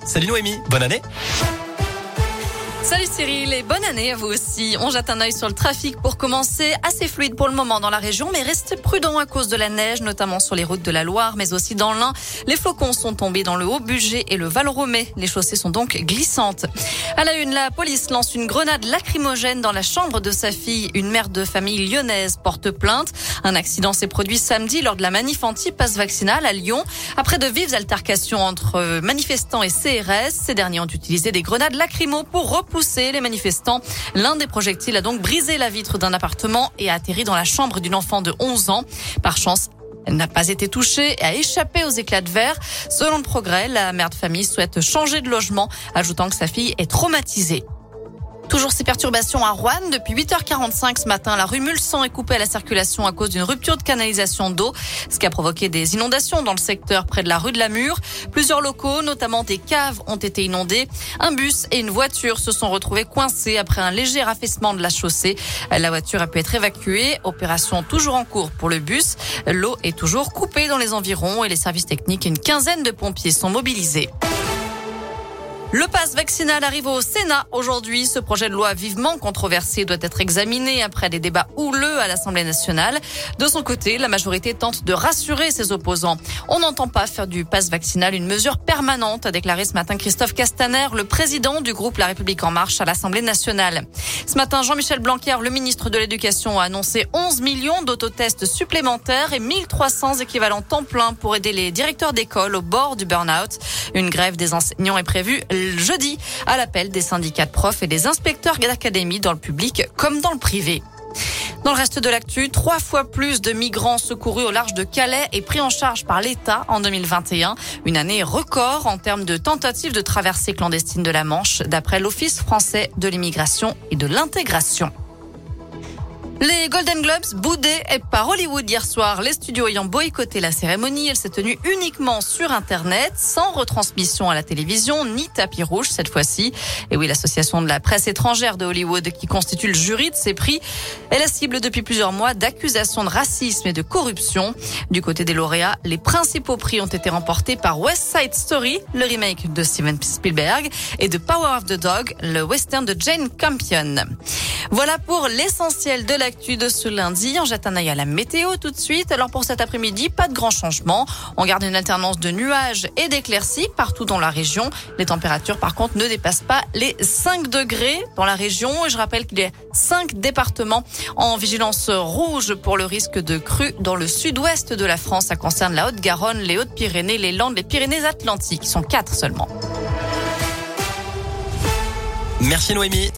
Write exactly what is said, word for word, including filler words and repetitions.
Salut Noémie, bonne année. Salut Cyril et bonne année à vous aussi. On jette un œil sur le trafic pour commencer. Assez fluide pour le moment dans la région, mais restez prudents à cause de la neige, notamment sur les routes de la Loire, mais aussi dans l'Ain. Les flocons sont tombés dans le Haut-Bugey et le Val-Romée. Les chaussées sont donc glissantes. À la une, la police lance une grenade lacrymogène dans la chambre de sa fille. Une mère de famille lyonnaise porte plainte. Un accident s'est produit samedi lors de la manif anti-pass vaccinal à Lyon. Après de vives altercations entre manifestants et C R S, ces derniers ont utilisé des grenades lacrymo pour repousser les manifestants. L'un des projectiles a donc brisé la vitre d'un appartement et a atterri dans la chambre d'une enfant de onze ans. Par chance, elle n'a pas été touchée et a échappé aux éclats de verre. Selon le Progrès, la mère de famille souhaite changer de logement, ajoutant que sa fille est traumatisée. Toujours ces perturbations à Roanne. Depuis huit heures quarante-cinq ce matin, la rue Mulsan est coupée à la circulation à cause d'une rupture de canalisation d'eau, ce qui a provoqué des inondations dans le secteur près de la rue de la Mure. Plusieurs locaux, notamment des caves, ont été inondés. Un bus et une voiture se sont retrouvés coincés après un léger affaissement de la chaussée. La voiture a pu être évacuée. Opération toujours en cours pour le bus. L'eau est toujours coupée dans les environs et les services techniques et une quinzaine de pompiers sont mobilisés. Le pass vaccinal arrive au Sénat aujourd'hui. Ce projet de loi vivement controversé doit être examiné après des débats houleux à l'Assemblée nationale. De son côté, la majorité tente de rassurer ses opposants. On n'entend pas faire du pass vaccinal une mesure permanente, a déclaré ce matin Christophe Castaner, le président du groupe La République En Marche à l'Assemblée nationale. Ce matin, Jean-Michel Blanquer, le ministre de l'Éducation, a annoncé onze millions d'autotests supplémentaires et mille trois cents équivalents temps plein pour aider les directeurs d'école au bord du burn-out. Une grève des enseignants est prévue jeudi à l'appel des syndicats de profs et des inspecteurs d'académie dans le public comme dans le privé. Dans le reste de l'actu, trois fois plus de migrants secourus au large de Calais et pris en charge par l'État en deux mille vingt et un. Une année record en termes de tentatives de traversée clandestine de la Manche, d'après l'Office français de l'immigration et de l'intégration. Les Golden Globes boudés par Hollywood hier soir. Les studios ayant boycotté la cérémonie, elle s'est tenue uniquement sur Internet, sans retransmission à la télévision, ni tapis rouge cette fois-ci. Et oui, l'association de la presse étrangère de Hollywood, qui constitue le jury de ces prix, est la cible depuis plusieurs mois d'accusations de racisme et de corruption. Du côté des lauréats, les principaux prix ont été remportés par West Side Story, le remake de Steven Spielberg, et de Power of the Dog, le western de Jane Campion. Voilà pour l'essentiel de l'actu de ce lundi. On jette un œil à la météo tout de suite. Alors pour cet après-midi, pas de grands changements. On garde une alternance de nuages et d'éclaircies partout dans la région. Les températures, par contre, ne dépassent pas les cinq degrés dans la région. Et je rappelle qu'il y a cinq départements en vigilance rouge pour le risque de crue dans le sud-ouest de la France. Ça concerne la Haute-Garonne, les Hautes-Pyrénées, les Landes, les Pyrénées-Atlantiques. Ils sont quatre seulement. Merci Noémie.